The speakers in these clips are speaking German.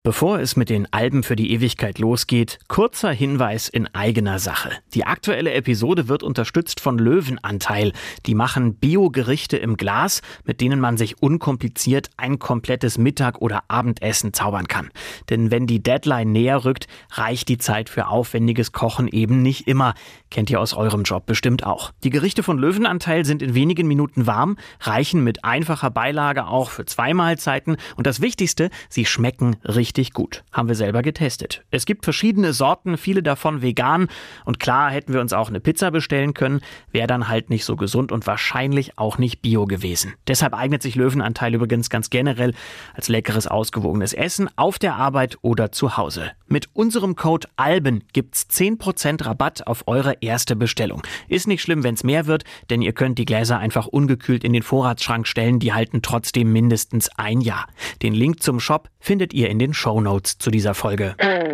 Bevor es mit den Alben für die Ewigkeit losgeht, kurzer Hinweis in eigener Sache. Die aktuelle Episode wird unterstützt von Löwenanteil. Die machen Bio-Gerichte im Glas, mit denen man sich unkompliziert ein komplettes Mittag- oder Abendessen zaubern kann. Denn wenn die Deadline näher rückt, reicht die Zeit für aufwendiges Kochen eben nicht immer. Kennt ihr aus eurem Job bestimmt auch. Die Gerichte von Löwenanteil sind in wenigen Minuten warm, reichen mit einfacher Beilage auch für 2 Mahlzeiten und das Wichtigste, sie schmecken richtig gut. Haben wir selber getestet. Es gibt verschiedene Sorten, viele davon vegan und klar hätten wir uns auch eine Pizza bestellen können, wäre dann halt nicht so gesund und wahrscheinlich auch nicht bio gewesen. Deshalb eignet sich Löwenanteil übrigens ganz generell als leckeres, ausgewogenes Essen auf der Arbeit oder zu Hause. Mit unserem Code ALBEN gibt's 10% Rabatt auf eure erste Bestellung. Ist nicht schlimm, wenn es mehr wird, denn ihr könnt die Gläser einfach ungekühlt in den Vorratsschrank stellen, die halten trotzdem mindestens 1 Jahr. Den Link zum Shop findet ihr in den Shownotes zu dieser Folge.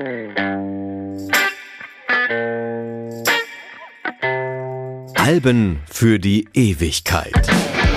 Alben für die Ewigkeit.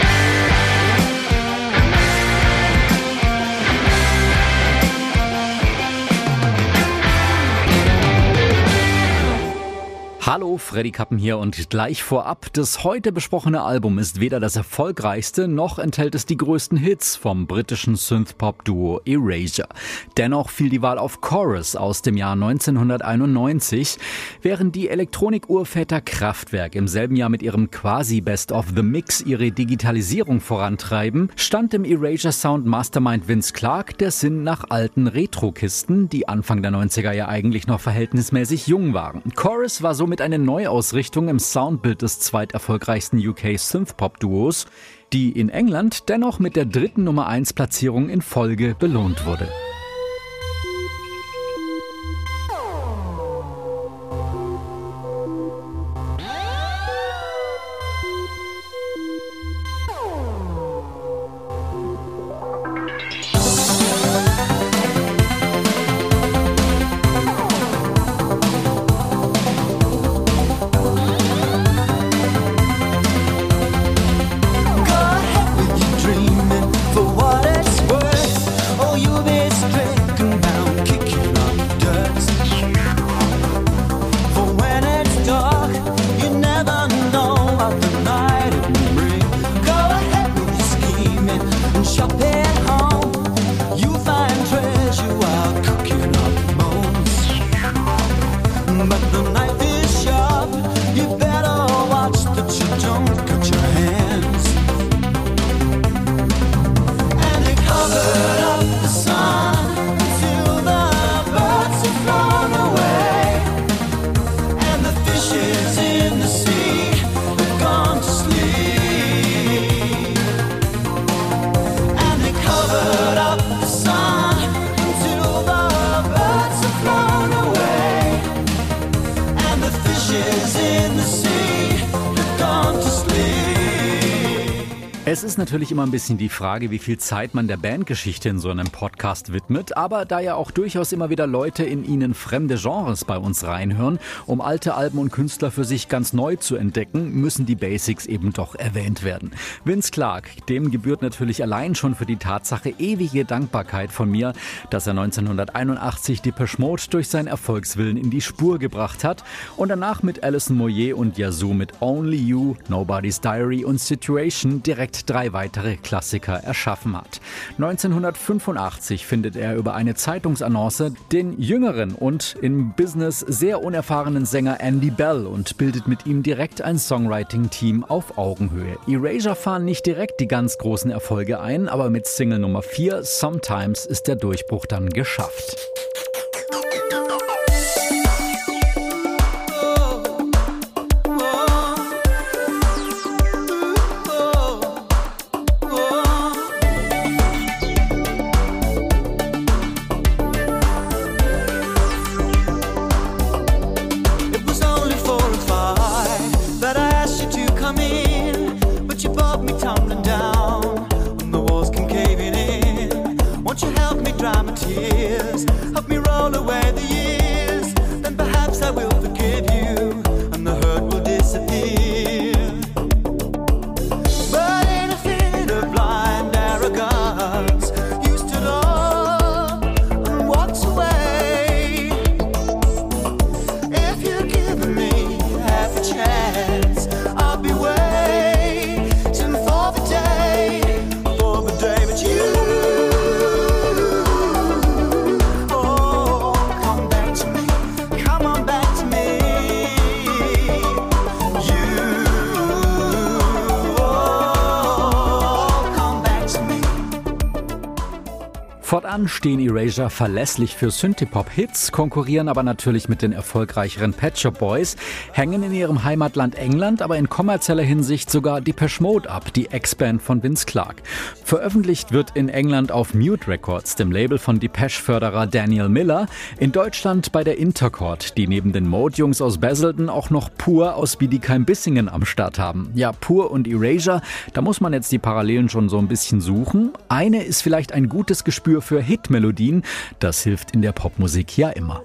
Hallo, Freddy Kappen hier und gleich vorab, das heute besprochene Album ist weder das erfolgreichste, noch enthält es die größten Hits vom britischen Synthpop-Duo Erasure. Dennoch fiel die Wahl auf Chorus aus dem Jahr 1991, während die Elektronik-Urväter Kraftwerk im selben Jahr mit ihrem quasi Best of the Mix ihre Digitalisierung vorantreiben, stand im Erasure-Sound Mastermind Vince Clarke der Sinn nach alten Retro-Kisten, die Anfang der 90er ja eigentlich noch verhältnismäßig jung waren. Chorus war somit eine Neuausrichtung im Soundbild des zweiterfolgreichsten UK-Synthpop-Duos, die in England dennoch mit der 3. Nummer 1 Platzierung in Folge belohnt wurde. Es ist natürlich immer ein bisschen die Frage, wie viel Zeit man der Bandgeschichte in so einem Podcast widmet, aber da ja auch durchaus immer wieder Leute in ihnen fremde Genres bei uns reinhören, um alte Alben und Künstler für sich ganz neu zu entdecken, müssen die Basics eben doch erwähnt werden. Vince Clarke, dem gebührt natürlich allein schon für die Tatsache ewige Dankbarkeit von mir, dass er 1981 Depeche Mode durch seinen Erfolgswillen in die Spur gebracht hat und danach mit Alison Moyet und Yazoo mit Only You, Nobody's Diary und Situation direkt 3 weitere Klassiker erschaffen hat. 1985 findet er über eine Zeitungsannonce den jüngeren und im Business sehr unerfahrenen Sänger Andy Bell und bildet mit ihm direkt ein Songwriting-Team auf Augenhöhe. Erasure fahren nicht direkt die ganz großen Erfolge ein, aber mit Single Nummer 4, Sometimes, ist der Durchbruch dann geschafft. Dann stehen Erasure verlässlich für Synthie-Pop-Hits, konkurrieren aber natürlich mit den erfolgreicheren Pet Shop Boys, hängen in ihrem Heimatland England aber in kommerzieller Hinsicht sogar Depeche Mode ab, die Ex-Band von Vince Clarke. Veröffentlicht wird in England auf Mute Records, dem Label von Depeche-Förderer Daniel Miller, in Deutschland bei der Intercord, die neben den Mode-Jungs aus Basildon auch noch Pur aus Bietigheim-Bissingen am Start haben. Ja, Pur und Erasure, da muss man jetzt die Parallelen schon so ein bisschen suchen. Eine ist vielleicht ein gutes Gespür für Hitmelodien, das hilft in der Popmusik ja immer.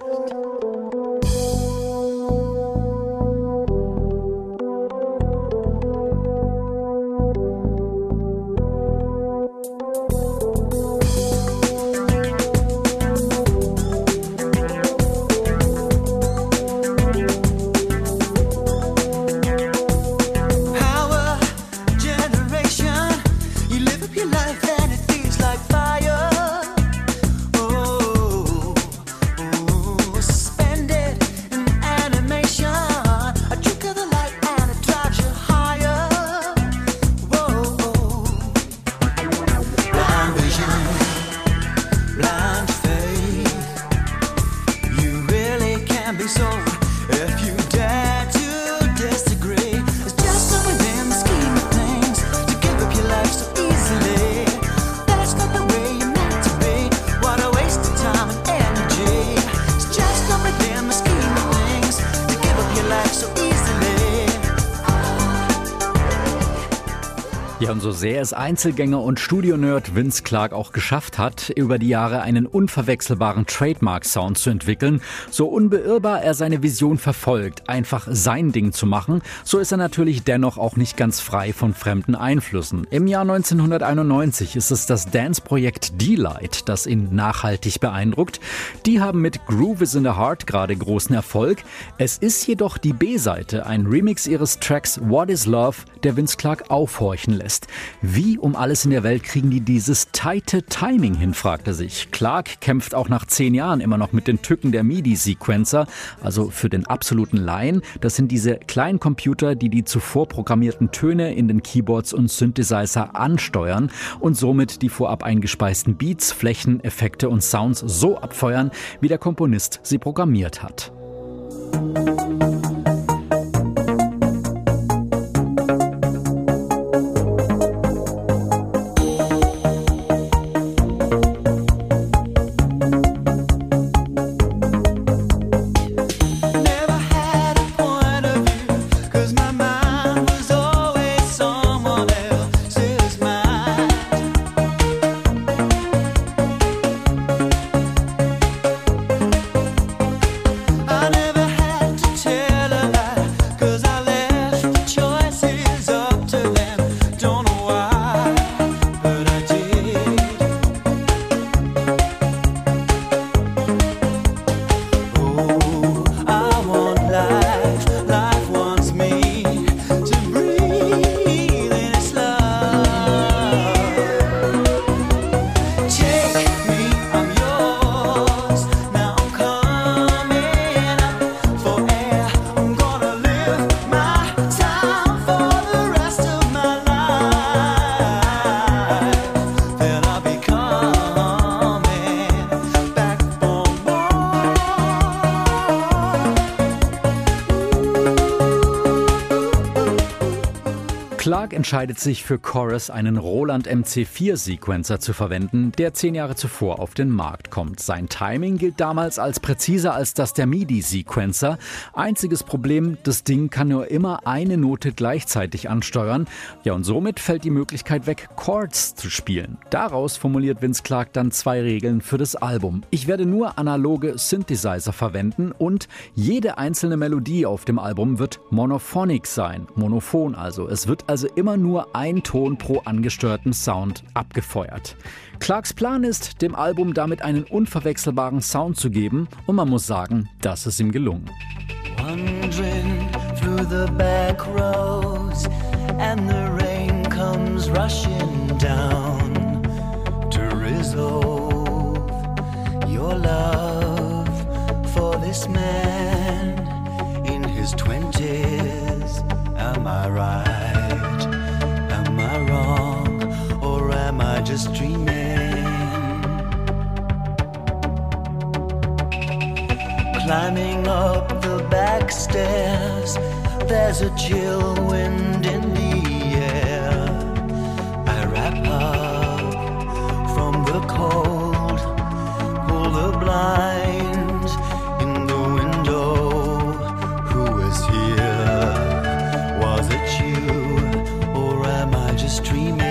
Ja, und so sehr es Einzelgänger und Studionerd Vince Clarke auch geschafft hat, über die Jahre einen unverwechselbaren Trademark-Sound zu entwickeln, so unbeirrbar er seine Vision verfolgt, einfach sein Ding zu machen, so ist er natürlich dennoch auch nicht ganz frei von fremden Einflüssen. Im Jahr 1991 ist es das Dance-Projekt Deee-Lite, das ihn nachhaltig beeindruckt. Die haben mit Groove is in the Heart gerade großen Erfolg. Es ist jedoch die B-Seite, ein Remix ihres Tracks What is Love, der Vince Clarke aufhorchen lässt. Wie um alles in der Welt kriegen die dieses tighte Timing hin, fragt er sich. Clarke kämpft auch nach 10 Jahren immer noch mit den Tücken der MIDI-Sequencer, also für den absoluten Laien. Das sind diese kleinen Computer, die die zuvor programmierten Töne in den Keyboards und Synthesizer ansteuern und somit die vorab eingespeisten Beats, Flächen, Effekte und Sounds so abfeuern, wie der Komponist sie programmiert hat. Clarke entscheidet sich für Chorus einen Roland MC4 Sequencer zu verwenden, der 10 Jahre zuvor auf den Markt kommt. Sein Timing gilt damals als präziser als das der MIDI-Sequencer. Einziges Problem, das Ding kann nur immer eine Note gleichzeitig ansteuern. Ja, und somit fällt die Möglichkeit weg, Chords zu spielen. Daraus formuliert Vince Clarke dann 2 Regeln für das Album. Ich werde nur analoge Synthesizer verwenden und jede einzelne Melodie auf dem Album wird monophonic sein. Monophon also. Es wird also immer nur ein Ton pro angesteuerten Sound abgefeuert. Clarkes Plan ist, dem Album damit einen unverwechselbaren Sound zu geben und man muss sagen, das ist ihm gelungen. Wandering through the back roads and the rain comes rushing down to resolve your love for this man in his 20s. Am I right? Am I wrong? Or am I just dreaming? Climbing up the back stairs, there's a chill wind in the air. I wrap up from the cold, pull the blind in the window. Who is here? Was it you, or am I just dreaming?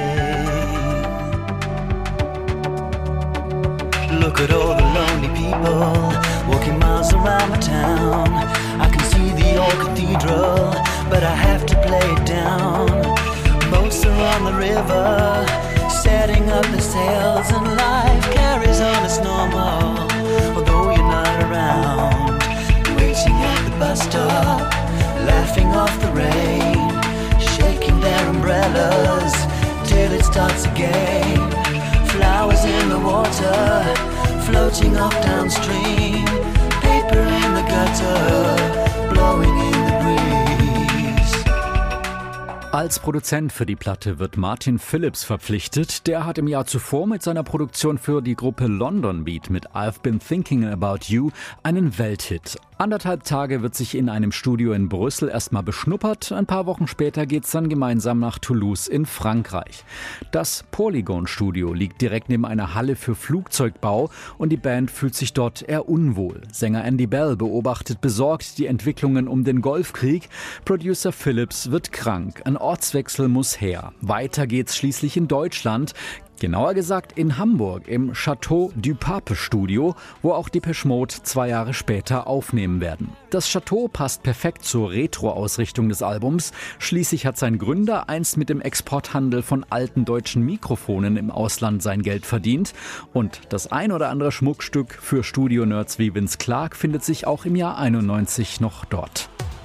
Look at all the lonely people walking miles around the town. I can see the old cathedral, but I have to play it down. Boats are on the river, setting up the sails, and life carries on as normal, although you're not around. Waiting at the bus stop, laughing off the rain, shaking their umbrellas till it starts again. Flowers in the water, floating off downstream, paper in the gutter, blowing in the breeze. Als Produzent für die Platte wird Martin Phillips verpflichtet. Der hat im Jahr zuvor mit seiner Produktion für die Gruppe London Beat mit I've Been Thinking About You einen Welthit. 1,5 Tage wird sich in einem Studio in Brüssel erstmal beschnuppert. Ein paar Wochen später geht's dann gemeinsam nach Toulouse in Frankreich. Das Polygon-Studio liegt direkt neben einer Halle für Flugzeugbau und die Band fühlt sich dort eher unwohl. Sänger Andy Bell beobachtet besorgt die Entwicklungen um den Golfkrieg. Producer Phillips wird krank. Ein Ortswechsel muss her. Weiter geht's schließlich in Deutschland. Genauer gesagt in Hamburg im Chateau du Pape Studio, wo auch Depeche Mode 2 Jahre später aufnehmen werden. Das Chateau passt perfekt zur Retro-Ausrichtung des Albums. Schließlich hat sein Gründer einst mit dem Exporthandel von alten deutschen Mikrofonen im Ausland sein Geld verdient. Und das ein oder andere Schmuckstück für Studio-Nerds wie Vince Clarke findet sich auch im Jahr 91 noch dort.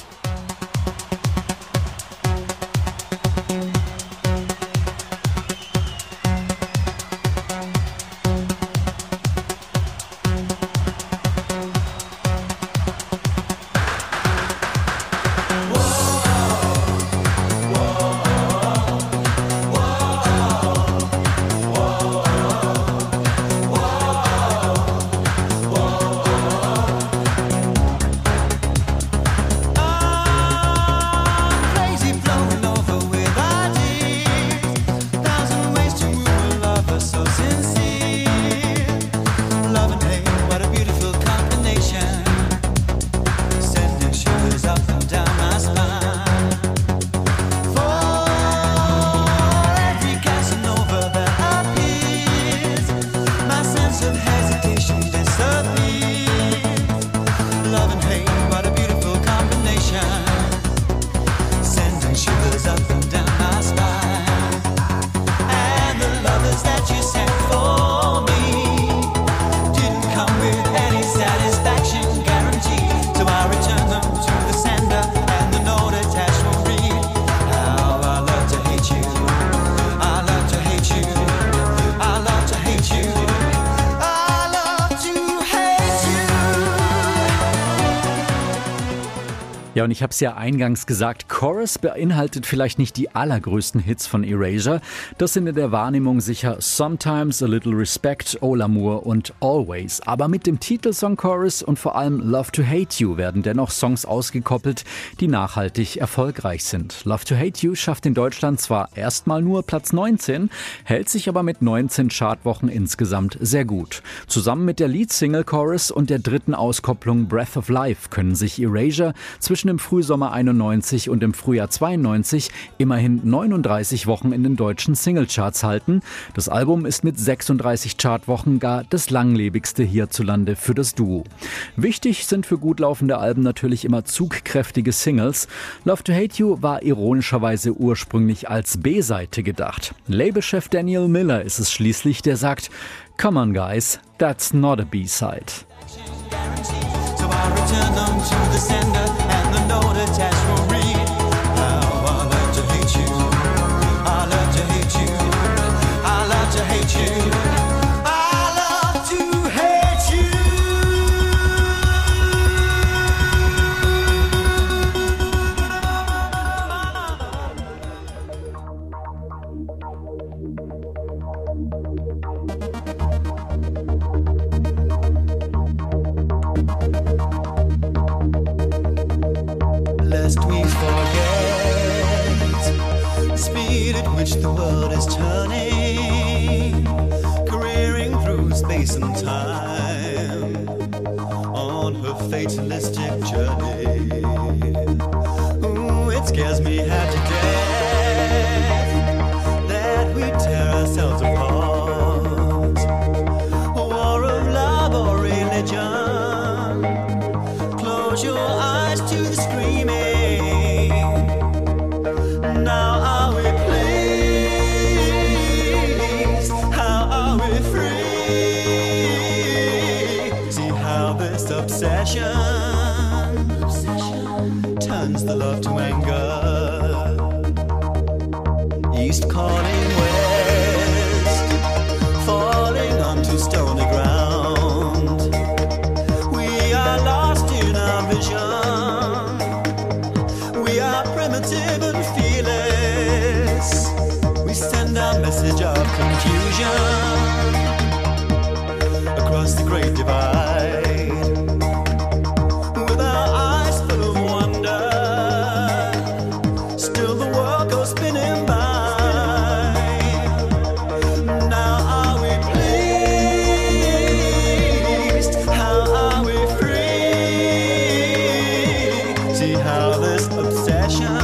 Ja, und ich habe es ja eingangs gesagt, Chorus beinhaltet vielleicht nicht die allergrößten Hits von Erasure. Das sind in der Wahrnehmung sicher Sometimes, A Little Respect, Oh L'Amour und Always. Aber mit dem Titelsong Chorus und vor allem Love to Hate You werden dennoch Songs ausgekoppelt, die nachhaltig erfolgreich sind. Love to Hate You schafft in Deutschland zwar erstmal nur Platz 19, hält sich aber mit 19 Chartwochen insgesamt sehr gut. Zusammen mit der Leadsingle Chorus und der dritten Auskopplung Breath of Life können sich Erasure zwischen im Frühsommer 91 und im Frühjahr 92 immerhin 39 Wochen in den deutschen Singlecharts halten. Das Album ist mit 36 Chartwochen gar das langlebigste hierzulande für das Duo. Wichtig sind für gut laufende Alben natürlich immer zugkräftige Singles. Love to Hate You war ironischerweise ursprünglich als B-Seite gedacht. Labelchef Daniel Miller ist es schließlich, der sagt, "Come on guys, that's not a B-side." So I return them to the sender and the note attached will read, how I learned to hate you, I learned to hate you, I learned to hate you, I love to hate you. lest we forget the speed at which the world is turning, careering through space and time on her fatalistic journey. Ooh, it scares me half to death that we tear ourselves apart. A war of love or religion, close your eyes to the screaming. Now are we pleased? How are we free? See how this obsession turns the love to anger. East calling west, falling onto stony ground. We are lost in our vision. We are primitive and fearless. We send our message of confusion across the great divide. With our eyes full of wonder, still the world goes spinning by. Now are we pleased? How are we free? See how this obsession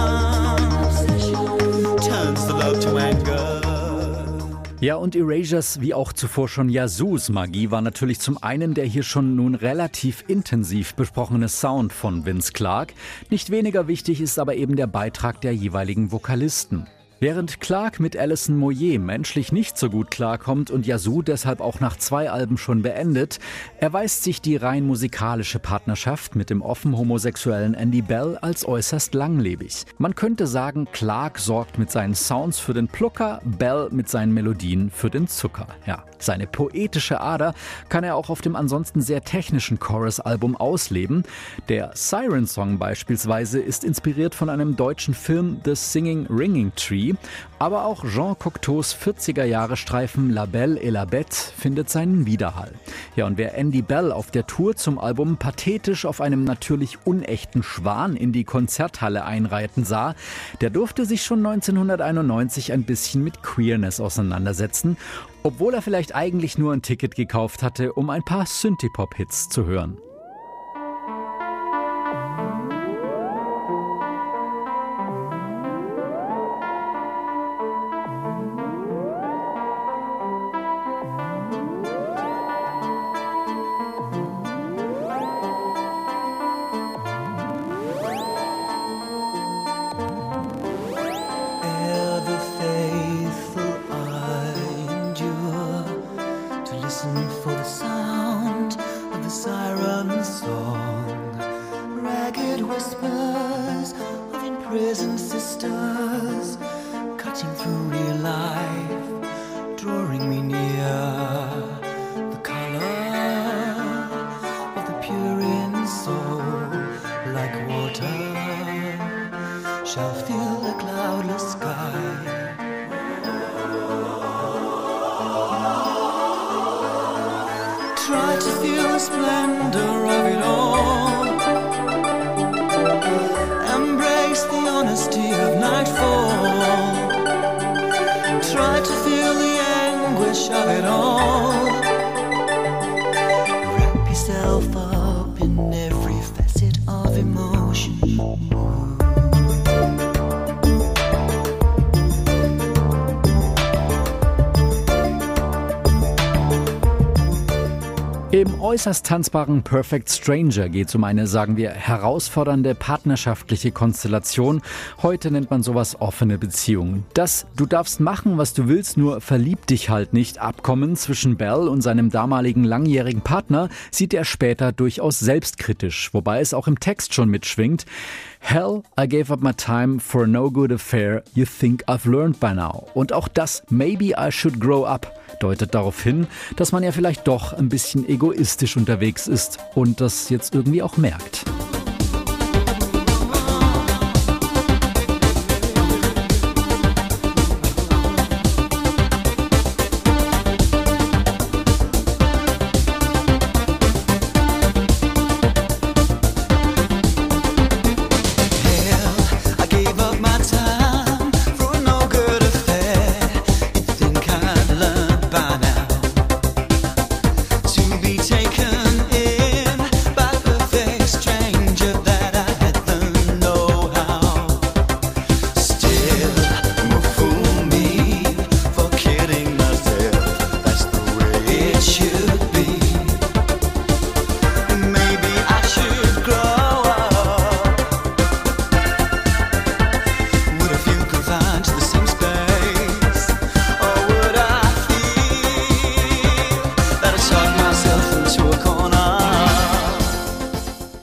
turns the love to anger. Ja, und Erasures, wie auch zuvor schon Yazous Magie, war natürlich zum einen der hier schon nun relativ intensiv besprochene Sound von Vince Clarke. Nicht weniger wichtig ist aber eben der Beitrag der jeweiligen Vokalisten. Während Clarke mit Alison Moyet menschlich nicht so gut klarkommt und Yazoo deshalb auch nach 2 Alben schon beendet, erweist sich die rein musikalische Partnerschaft mit dem offen homosexuellen Andy Bell als äußerst langlebig. Man könnte sagen, Clarke sorgt mit seinen Sounds für den Plucker, Bell mit seinen Melodien für den Zucker. Ja, seine poetische Ader kann er auch auf dem ansonsten sehr technischen Chorus-Album ausleben. Der Siren-Song beispielsweise ist inspiriert von einem deutschen Film The Singing Ringing Tree. Aber auch Jean Cocteaus 40er-Jahre-Streifen La Belle et la Bête findet seinen Widerhall. Ja, und wer Andy Bell auf der Tour zum Album pathetisch auf einem natürlich unechten Schwan in die Konzerthalle einreiten sah, der durfte sich schon 1991 ein bisschen mit Queerness auseinandersetzen, obwohl er vielleicht eigentlich nur ein Ticket gekauft hatte, um ein paar Synthie-Pop-Hits zu hören. For the sound of the siren song, ragged whispers of imprisoned sisters, cutting through real life, drawing me near. The color of the pure in soul, like water, shall fill the cloudless sky. Try to feel the splendor of it all. Embrace the honesty of nightfall. Try to feel the anguish of it all. Wrap yourself up in every facet of emotion. Im äußerst tanzbaren Perfect Stranger geht es um eine, sagen wir, herausfordernde partnerschaftliche Konstellation. Heute nennt man sowas offene Beziehungen. Das "Du darfst machen, was du willst, nur verlieb dich halt nicht" Abkommen zwischen Bell und seinem damaligen langjährigen Partner sieht er später durchaus selbstkritisch, wobei es auch im Text schon mitschwingt. Hell, I gave up my time for a no good affair you think I've learned by now. Und auch das Maybe I should grow up deutet darauf hin, dass man ja vielleicht doch ein bisschen egoistisch unterwegs ist und das jetzt irgendwie auch merkt.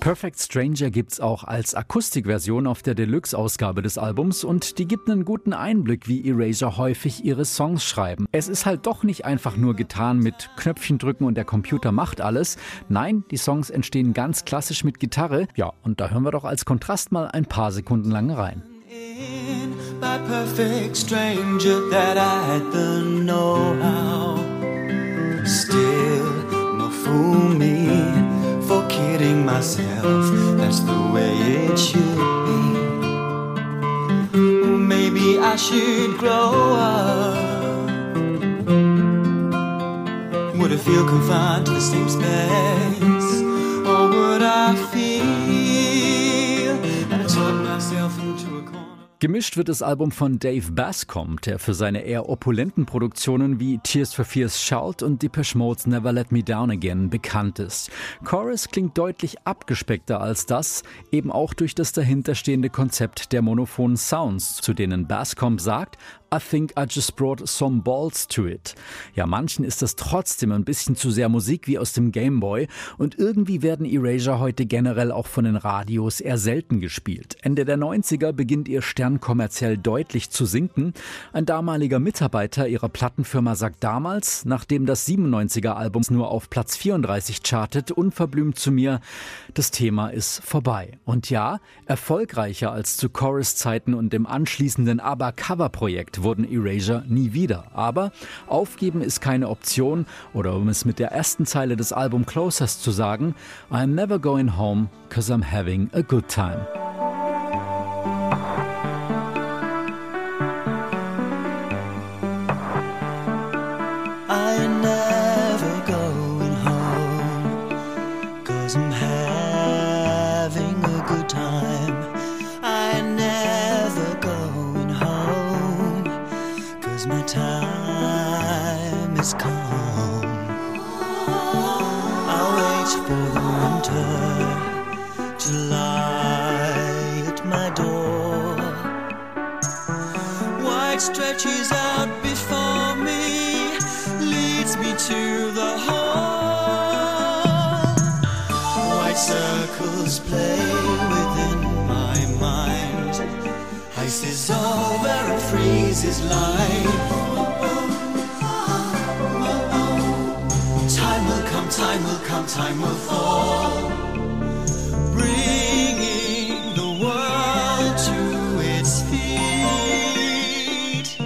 Perfect Stranger gibt's auch als Akustikversion auf der Deluxe-Ausgabe des Albums und die gibt einen guten Einblick, wie Erasure häufig ihre Songs schreiben. Es ist halt doch nicht einfach nur getan mit Knöpfchen drücken und der Computer macht alles. Nein, die Songs entstehen ganz klassisch mit Gitarre. Ja, und da hören wir doch als Kontrast mal ein paar Sekunden lang rein. By perfect stranger that I had the know-how. Still, no fool me for kidding myself. That's the way it should be. Maybe I should grow up. Would I feel confined to the same space? Or would I feel that I turned myself into a corner? Gemischt wird das Album von Dave Bascom, der für seine eher opulenten Produktionen wie Tears for Fears Shout und Depeche Mode's Never Let Me Down Again bekannt ist. Chorus klingt deutlich abgespeckter als das, eben auch durch das dahinterstehende Konzept der monophonen Sounds, zu denen Bascom sagt, I think I just brought some balls to it. Ja, manchen ist das trotzdem ein bisschen zu sehr Musik wie aus dem Gameboy und irgendwie werden Erasure heute generell auch von den Radios eher selten gespielt. Ende der 90er beginnt ihr Stern kommerziell deutlich zu sinken. Ein damaliger Mitarbeiter ihrer Plattenfirma sagt damals, nachdem das 97er Album nur auf Platz 34 chartet, unverblümt zu mir, das Thema ist vorbei. Und ja, erfolgreicher als zu Chorus-Zeiten und dem anschließenden ABBA-Cover-Projekt wurden Erasure nie wieder. Aber aufgeben ist keine Option oder um es mit der ersten Zeile des Album Closers zu sagen, I'm never going home 'cause I'm having a good time. I'm never going home 'cause I'm having a good time. I'm never going home 'cause my time is come. I'll wait for the winter to lie at my door. White stretches out before me, leads me to the hall. White circles play within my mind. Ice dissolves and freezes life. Time will come, time will fall, bringing the world to its feet,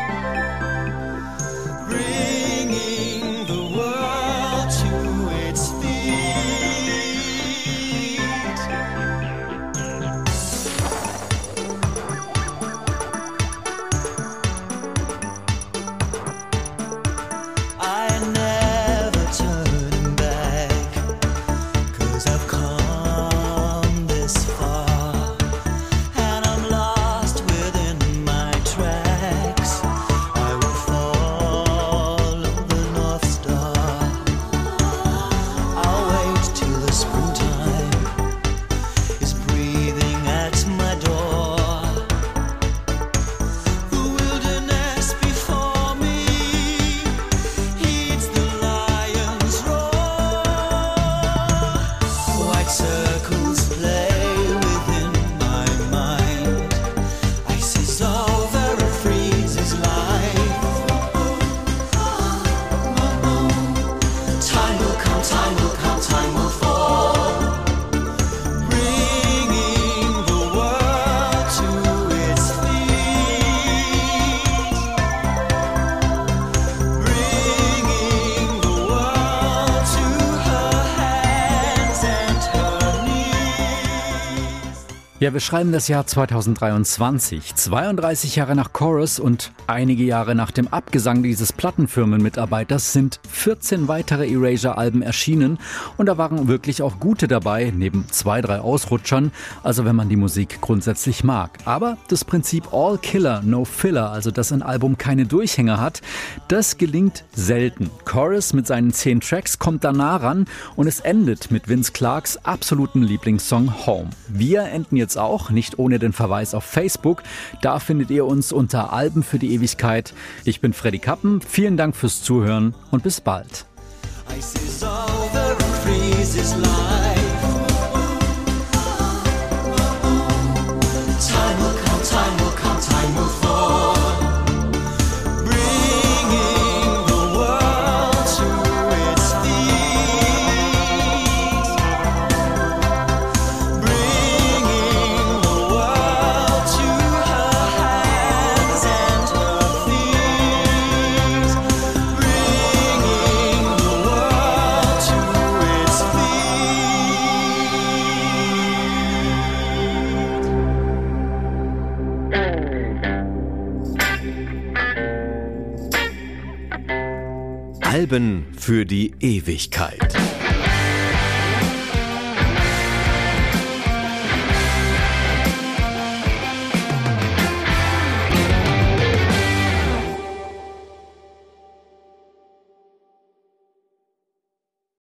bringing the world to its feet. I never turn back, 'cause I've come this far, and I'm lost within my tracks. I will follow the North Star. I'll wait till the springtime is breathing at my door. The wilderness before me heeds the lion's roar. White circles play within my mind. Ice dissolves and freezes life. Time will come, time will come, time will fall, bringing the world to its feet, bringing the world to her hands and her knees. Ja, wir schreiben das Jahr 2023, 32 Jahre nach Chorus und einige Jahre nach dem Abgesang dieses Plattenfirmenmitarbeiters sind 14 weitere Erasure-Alben erschienen und da waren wirklich auch gute dabei, neben 2, 3 Ausrutschern, also wenn man die Musik grundsätzlich mag. Aber das Prinzip All Killer, No Filler, also dass ein Album keine Durchhänger hat, das gelingt selten. Chorus mit seinen 10 Tracks kommt da nah ran und es endet mit Vince Clarkes absoluten Lieblingssong Home. Wir enden jetzt auch, nicht ohne den Verweis auf Facebook. Da findet ihr uns unter Alben für die Ewigkeit. Ich bin Freddy Kappen, vielen Dank fürs Zuhören und bis bald. Ice dissolves and freezes life. Alben für die Ewigkeit.